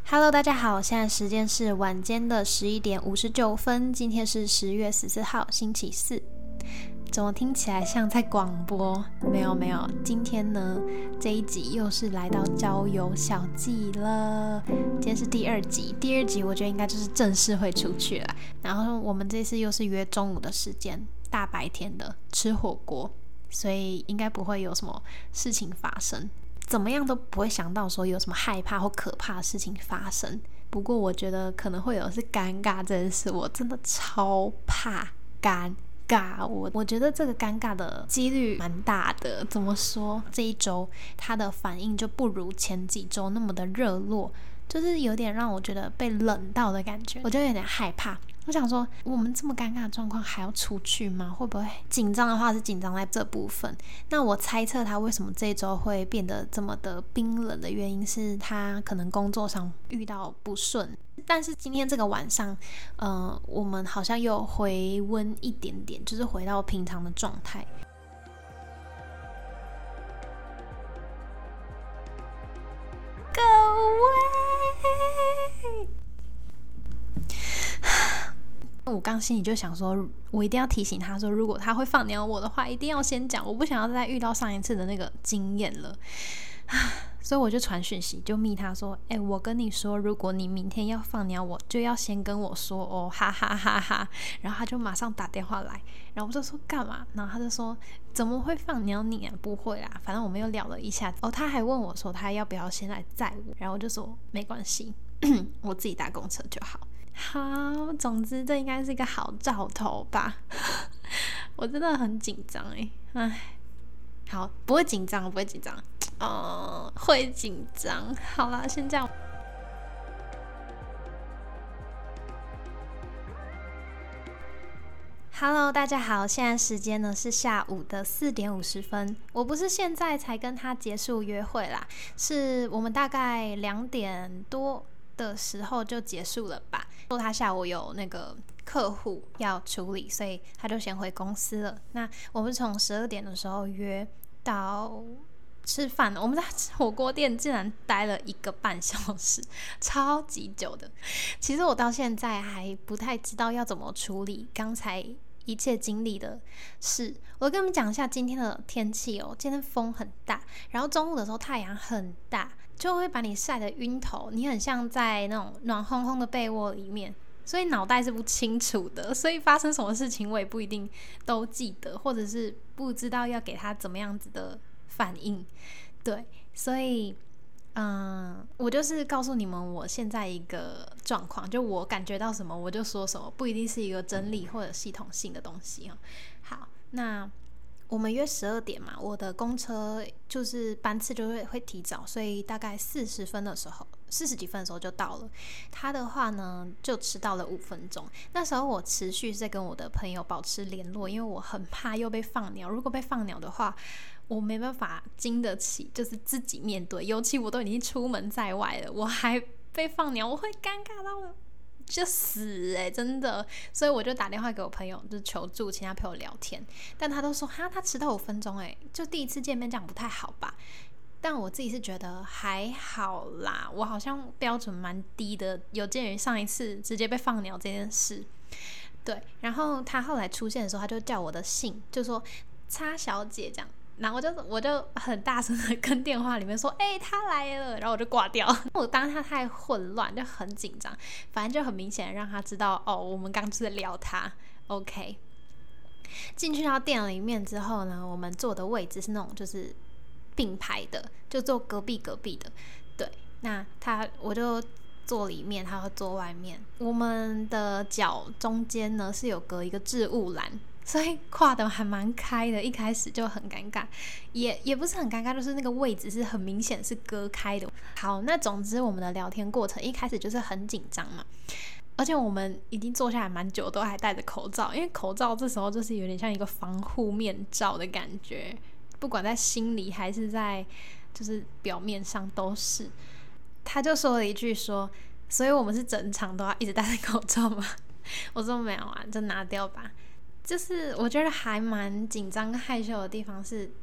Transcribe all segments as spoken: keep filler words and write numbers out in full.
Hello， 大家好，现在时间是晚间的十一点五十九分，今天是十月十四号，星期四。怎么听起来像在广播？没有没有，今天呢这一集又是来到交友小记了。今天是第二集，第二集我觉得应该就是正式会出去了。然后我们这次又是约中午的时间，大白天的吃火锅，所以应该不会有什么事情发生。怎么样都不会想到说有什么害怕或可怕的事情发生。不过我觉得可能会有是尴尬这件事，我真的超怕尴尬。我我觉得这个尴尬的几率蛮大的。怎么说？这一周他的反应就不如前几周那么的热络，就是有点让我觉得被冷到的感觉，我就有点害怕。我想说，我们这么尴尬的状况还要出去吗？会不会紧张的话是紧张在这部分？那我猜测他为什么这一周会变得这么的冰冷的原因是他可能工作上遇到不顺，但是今天这个晚上，呃，我们好像又回温一点点，就是回到平常的状态。各位。我刚心里就想说，我一定要提醒他说，如果他会放鸟我的话，一定要先讲，我不想要再遇到上一次的那个经验了。所以我就传讯息，就密他说，哎、欸，我跟你说，如果你明天要放鸟我，就要先跟我说哦，哈哈哈哈。然后他就马上打电话来，然后我就说干嘛？然后他就说怎么会放鸟你啊？不会啦，反正我们又聊了一下。哦，他还问我说他要不要先来载我，然后我就说没关系，我自己搭公车就好。好，总之这应该是一个好兆头吧。我真的很紧张哎，唉，好，不会紧张，不会紧张，哦，会紧张。好啦，先这样。Hello， 大家好，现在时间呢是下午的四点五十分。我不是现在才跟他结束约会啦，是我们大概两点多的时候就结束了吧。说他下午有那个客户要处理，所以他就先回公司了。那我们从十二点的时候约到吃饭，我们在火锅店竟然待了一个半小时，超级久的。其实我到现在还不太知道要怎么处理刚才一切经历的事。我跟你们讲一下今天的天气哦，今天风很大，然后中午的时候太阳很大，就会把你晒得晕头，你很像在那种暖烘烘的被窝里面，所以脑袋是不清楚的，所以发生什么事情我也不一定都记得，或者是不知道要给他怎么样子的反应。对，所以嗯，我就是告诉你们我现在一个状况，就我感觉到什么我就说什么，不一定是一个真理或者系统性的东西。好，那我们约十二点嘛，我的公车就是班次就会会提早，所以大概四十分的时候，四十几分的时候就到了。他的话呢，就迟到了五分钟。那时候我持续在跟我的朋友保持联络，因为我很怕又被放鸟。如果被放鸟的话，我没办法经得起，就是自己面对。尤其我都已经出门在外了，我还被放鸟，我会尴尬到就死哎、欸，真的。所以我就打电话给我朋友，就求助，请他陪我聊天。但他都说哈，他迟到五分钟哎，就第一次见面这样不太好吧？但我自己是觉得还好啦，我好像标准蛮低的，有鉴于上一次直接被放鸟这件事。对，然后他后来出现的时候，他就叫我的姓，就说叉小姐这样。然后我就我就很大声的跟电话里面说，哎、欸，他来了，然后我就挂掉。我当下太混乱，就很紧张，反正就很明显让他知道，哦，我们刚就是在聊他。OK， 进去到店里面之后呢，我们坐的位置是那种就是并排的，就坐隔壁隔壁的。对，那他我就坐里面，他会坐外面。我们的脚中间呢是有隔一个置物栏。所以跨的还蛮开的，一开始就很尴尬，也也不是很尴尬，就是那个位置是很明显是割开的。好，那总之我们的聊天过程一开始就是很紧张嘛，而且我们已经坐下来蛮久，都还戴着口罩，因为口罩这时候就是有点像一个防护面罩的感觉，不管在心里还是在就是表面上都是。他就说了一句说，所以我们是整场都要一直戴着口罩吗？我说没有啊，就拿掉吧。就是我觉得还蛮紧张跟害羞的地方是，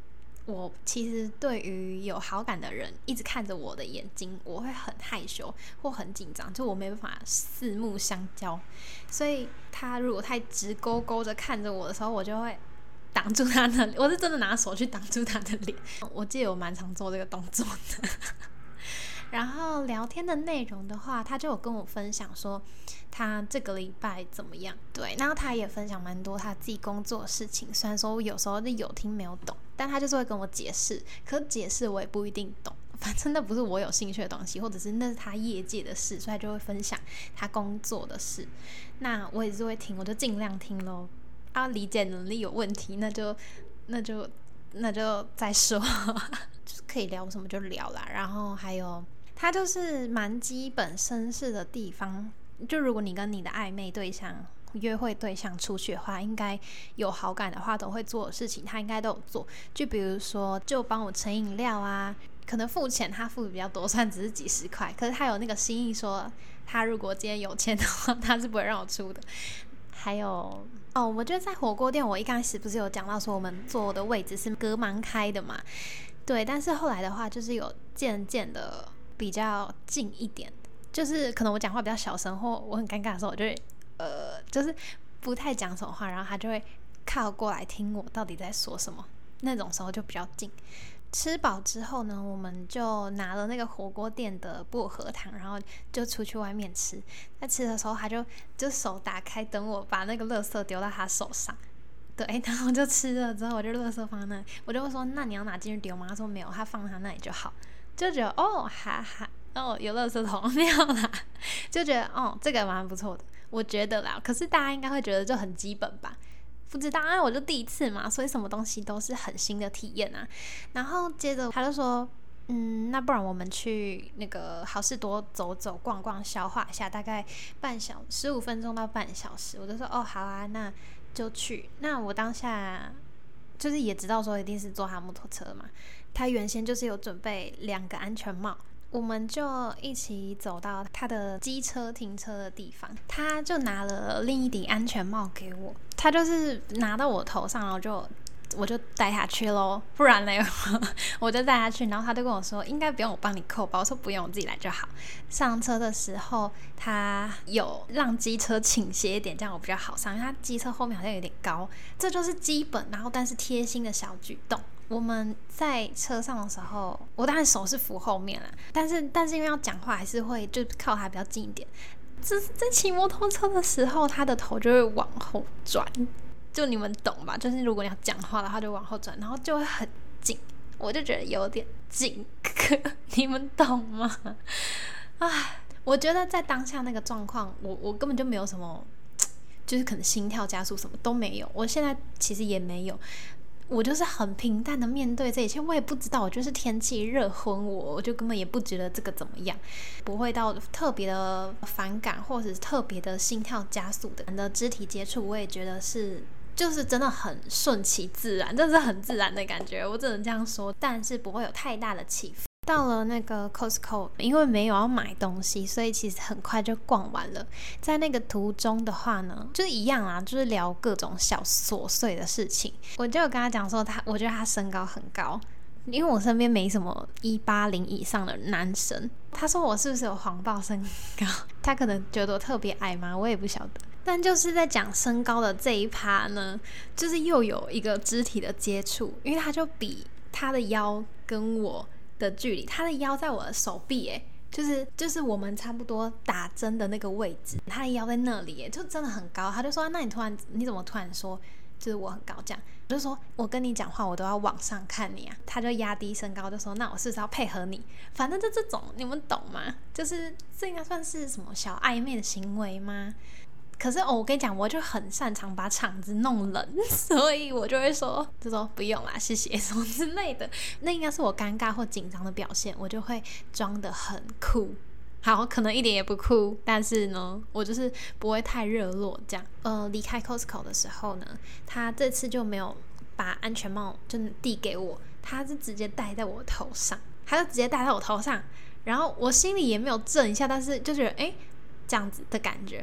我其实对于有好感的人一直看着我的眼睛，我会很害羞或很紧张，就我没办法四目相交，所以他如果太直勾勾的看着我的时候，我就会挡住他的脸，我是真的拿手去挡住他的脸。我记得我蛮常做这个动作的。然后聊天的内容的话，他就有跟我分享说他这个礼拜怎么样，对，然后他也分享蛮多他自己工作的事情，虽然说我有时候有听没有懂，但他就是会跟我解释，可是解释我也不一定懂，反正那不是我有兴趣的东西，或者是那是他业界的事，所以他就会分享他工作的事，那我也是会听，我就尽量听咯。啊，理解能力有问题，那就那就那就再说，就是可以聊什么就聊啦。然后还有，它就是蛮基本绅士的地方。就如果你跟你的暧昧对象、约会对象出去的话，应该有好感的话，都会做的事情，他应该都有做。就比如说，就帮我盛饮料啊，可能付钱他付比较多，虽然只是几十块，可是他有那个心意说，他如果今天有钱的话，他是不会让我出的。还有哦，我觉得在火锅店，我一开始不是有讲到说我们坐的位置是隔蛮开的嘛，对，但是后来的话就是有渐渐的比较近一点，就是可能我讲话比较小声或我很尴尬的时候，我就会呃，就是不太讲什么话，然后他就会靠过来听我到底在说什么，那种时候就比较近。吃饱之后呢，我们就拿了那个火锅店的薄荷糖，然后就出去外面吃。在吃的时候，他就就手打开，等我把那个垃圾丢到他手上。对，然后就吃了之后，我就垃圾放在那里，我就会说：“那你要拿进去丢吗？”他说：“没有，他放他那里就好。”就觉得哦，哈哈，哦，有垃圾桶没有啦，就觉得哦，这个蛮不错的，我觉得啦。可是大家应该会觉得就很基本吧。不知道啊，我就第一次嘛，所以什么东西都是很新的体验啊。然后接着他就说，嗯，那不然我们去那个好事多走走逛逛，消化一下，大概半小十五分钟到半小时。我就说哦，好啊，那就去。那我当下就是也知道说一定是坐他摩托车嘛，他原先就是有准备两个安全帽。我们就一起走到他的机车停车的地方，他就拿了另一顶安全帽给我，他就是拿到我头上，然后就我就带他去咯，不然嘞我就带他去，然后他就跟我说应该不用我帮你扣吧，我说不用，我自己来就好。上车的时候他有让机车倾斜一点，这样我比较好上，因为他机车后面好像有点高，这就是基本，然后但是贴心的小举动。我们在车上的时候，我当然手是扶后面啦，但是但是因为要讲话，还是会就靠他比较近一点。就是在骑摩托车的时候，他的头就会往后转，就你们懂吧？就是如果你要讲话的话，就往后转，然后就会很近，我就觉得有点近，你们懂吗？唉，我觉得在当下那个状况，我我根本就没有什么，就是可能心跳加速什么都没有，我现在其实也没有。我就是很平淡的面对这一切，我也不知道，我就是天气热昏我，我就根本也不觉得这个怎么样，不会到特别的反感或者是特别的心跳加速的的肢体接触，我也觉得是就是真的很顺其自然，这是很自然的感觉，我只能这样说，但是不会有太大的起伏。到了那个 Costco， 因为没有要买东西，所以其实很快就逛完了。在那个途中的话呢，就是一样啊，就是聊各种小琐碎的事情。我就有跟他讲说他，我觉得他身高很高，因为我身边没什么一八零以上的男生。他说我是不是有谎报身高？他可能觉得我特别矮吗？我也不晓得。但就是在讲身高的这一趴呢，就是又有一个肢体的接触，因为他就比他的腰跟我的距离，他的腰在我的手臂耶，就是就是我们差不多打针的那个位置，他的腰在那里耶，就真的很高。他就说、啊、那你突然你怎么突然说就是我很高这样？我就说我跟你讲话我都要往上看你啊。他就压低身高就说那我是不是要配合你？反正就这种，你们懂吗？就是这应该算是什么小暧昧的行为吗？可是、哦、我跟你讲，我就很擅长把场子弄冷，所以我就会说就说不用啦谢谢什么之类的，那应该是我尴尬或紧张的表现，我就会装得很酷。好，可能一点也不酷，但是呢我就是不会太热络这样。呃，离开 Costco 的时候呢，他这次就没有把安全帽就递给我，他是直接戴在我头上，他就直接戴在我头上，然后我心里也没有震一下，但是就觉得哎这样子的感觉。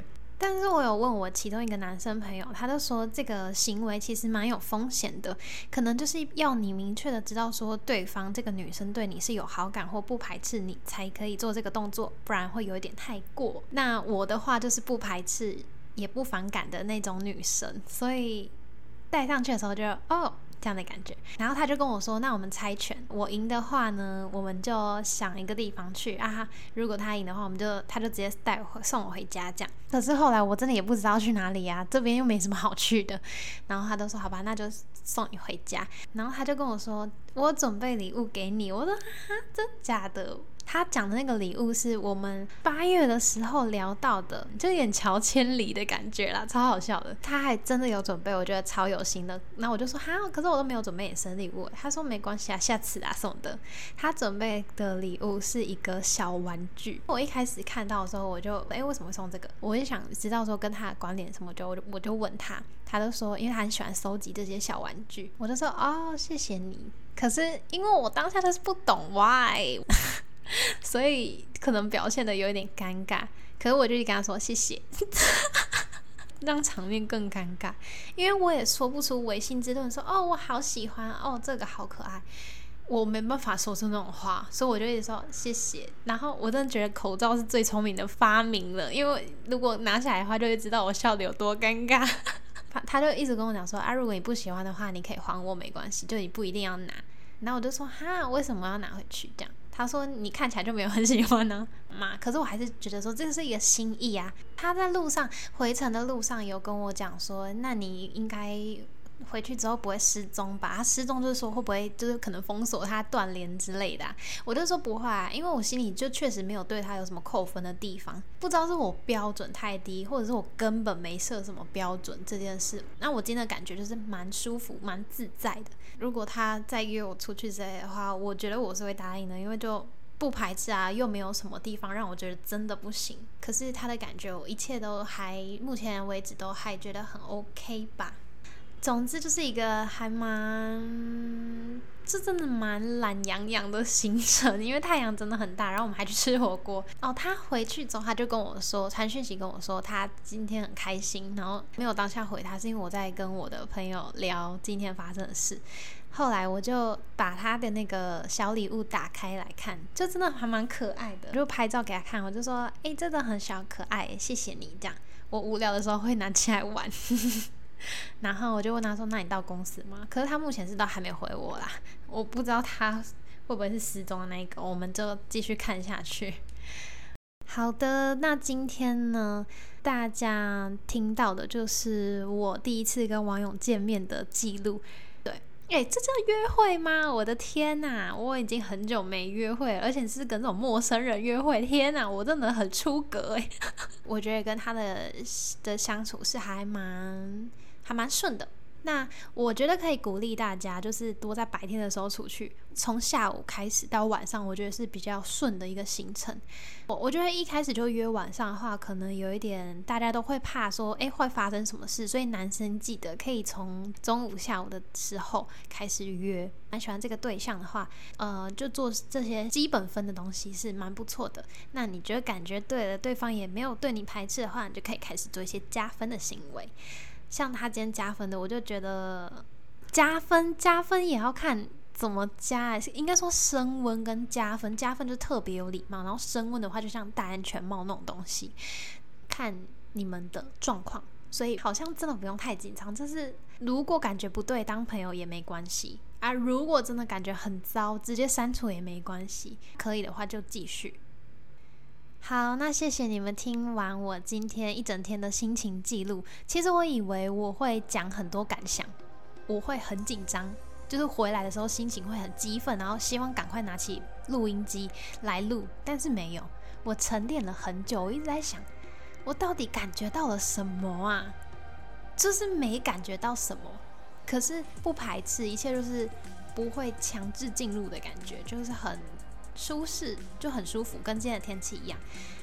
但是我有问我其中一个男生朋友，他就说这个行为其实蛮有风险的，可能就是要你明确的知道说对方这个女生对你是有好感或不排斥你才可以做这个动作，不然会有一点太过。那我的话就是不排斥也不反感的那种女生，所以戴上去的时候就哦这样的感觉。然后他就跟我说，那我们猜拳，我赢的话呢我们就想一个地方去啊，如果他赢的话我们就他就直接带我送我回家这样。可是后来我真的也不知道去哪里啊，这边又没什么好去的，然后他就说好吧，那就送你回家。然后他就跟我说我准备礼物给你，我说哈真假的。他讲的那个礼物是我们八月的时候聊到的，就有点乔千里的感觉啦，超好笑的。他还真的有准备，我觉得超有心的。那我就说哈，可是我都没有准备你生日礼物。他说没关系啊，下次啊送的。他准备的礼物是一个小玩具。我一开始看到的时候，我就哎为什么会送这个？我就想知道说跟他的关联什么，就我就我就问他，他就说因为他很喜欢收集这些小玩具。我就说哦谢谢你。可是因为我当下就是不懂 why。所以可能表现的有一点尴尬，可是我就跟他说谢谢让场面更尴尬，因为我也说不出违心之论说哦我好喜欢哦这个好可爱，我没办法说出那种话，所以我就一直说谢谢。然后我真的觉得口罩是最聪明的发明了，因为如果拿下来的话就会知道我笑得有多尴尬他就一直跟我讲说啊如果你不喜欢的话你可以还我没关系，就你不一定要拿。然后我就说哈为什么要拿回去这样，他说你看起来就没有很喜欢呢、啊、嘛，可是我还是觉得说这是一个心意啊。他在路上回程的路上有跟我讲说那你应该回去之后不会失踪吧，他失踪就是说会不会就是可能封锁他断联之类的、啊、我就说不会啊，因为我心里就确实没有对他有什么扣分的地方，不知道是我标准太低或者是我根本没设什么标准这件事。那我今天的感觉就是蛮舒服蛮自在的，如果他再约我出去之类的话，我觉得我是会答应的，因为就不排斥啊，又没有什么地方让我觉得真的不行。可是他的感觉我一切都还目前为止都还觉得很 OK 吧。总之就是一个还蛮这真的蛮懒洋洋的行程，因为太阳真的很大，然后我们还去吃火锅哦。他回去之后他就跟我说传讯息跟我说他今天很开心，然后没有当下回他是因为我在跟我的朋友聊今天发生的事。后来我就把他的那个小礼物打开来看，就真的还蛮可爱的，就拍照给他看，我就说哎、欸，真的很小可爱，谢谢你这样。我无聊的时候会拿起来玩然后我就问他说那你到公司吗？可是他目前是都还没回我啦，我不知道他会不会是失踪的那一个，我们就继续看下去。好的，那今天呢大家听到的就是我第一次跟网友见面的记录。对，哎，这叫约会吗？我的天哪，我已经很久没约会了，而且是跟这种陌生人约会，天哪，我真的很出格哎。我觉得跟他的的相处是还蛮还蛮顺的。那我觉得可以鼓励大家就是多在白天的时候出去，从下午开始到晚上我觉得是比较顺的一个行程。我我觉得一开始就约晚上的话可能有一点大家都会怕说诶会发生什么事，所以男生记得可以从中午下午的时候开始约。蛮喜欢这个对象的话呃，就做这些基本分的东西是蛮不错的。那你觉得感觉对了，对方也没有对你排斥的话，你就可以开始做一些加分的行为。像他今天加分的，我就觉得加分加分也要看怎么加，应该说升温跟加分，加分就特别有礼貌，然后升温的话就像戴安全帽那种东西，看你们的状况，所以好像真的不用太紧张，就是如果感觉不对当朋友也没关系啊，如果真的感觉很糟直接删除也没关系，可以的话就继续。好，那谢谢你们听完我今天一整天的心情记录。其实我以为我会讲很多感想，我会很紧张，就是回来的时候心情会很激愤，然后希望赶快拿起录音机来录，但是没有，我沉淀了很久，我一直在想我到底感觉到了什么啊，就是没感觉到什么，可是不排斥，一切就是不会强制进入的感觉，就是很舒适，就很舒服，跟今天的天气一样。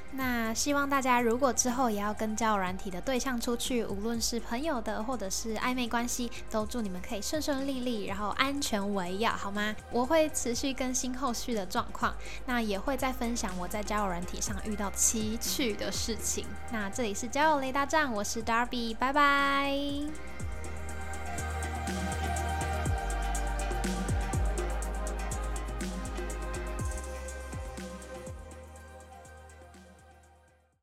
那希望大家如果之后也要跟交友软体的对象出去，无论是朋友的或者是暧昧关系，都祝你们可以顺顺利利，然后安全为要，好吗？我会持续更新后续的状况，那也会再分享我在交友软体上遇到奇趣的事情。那这里是交友雷达站，我是 Darby， 拜拜。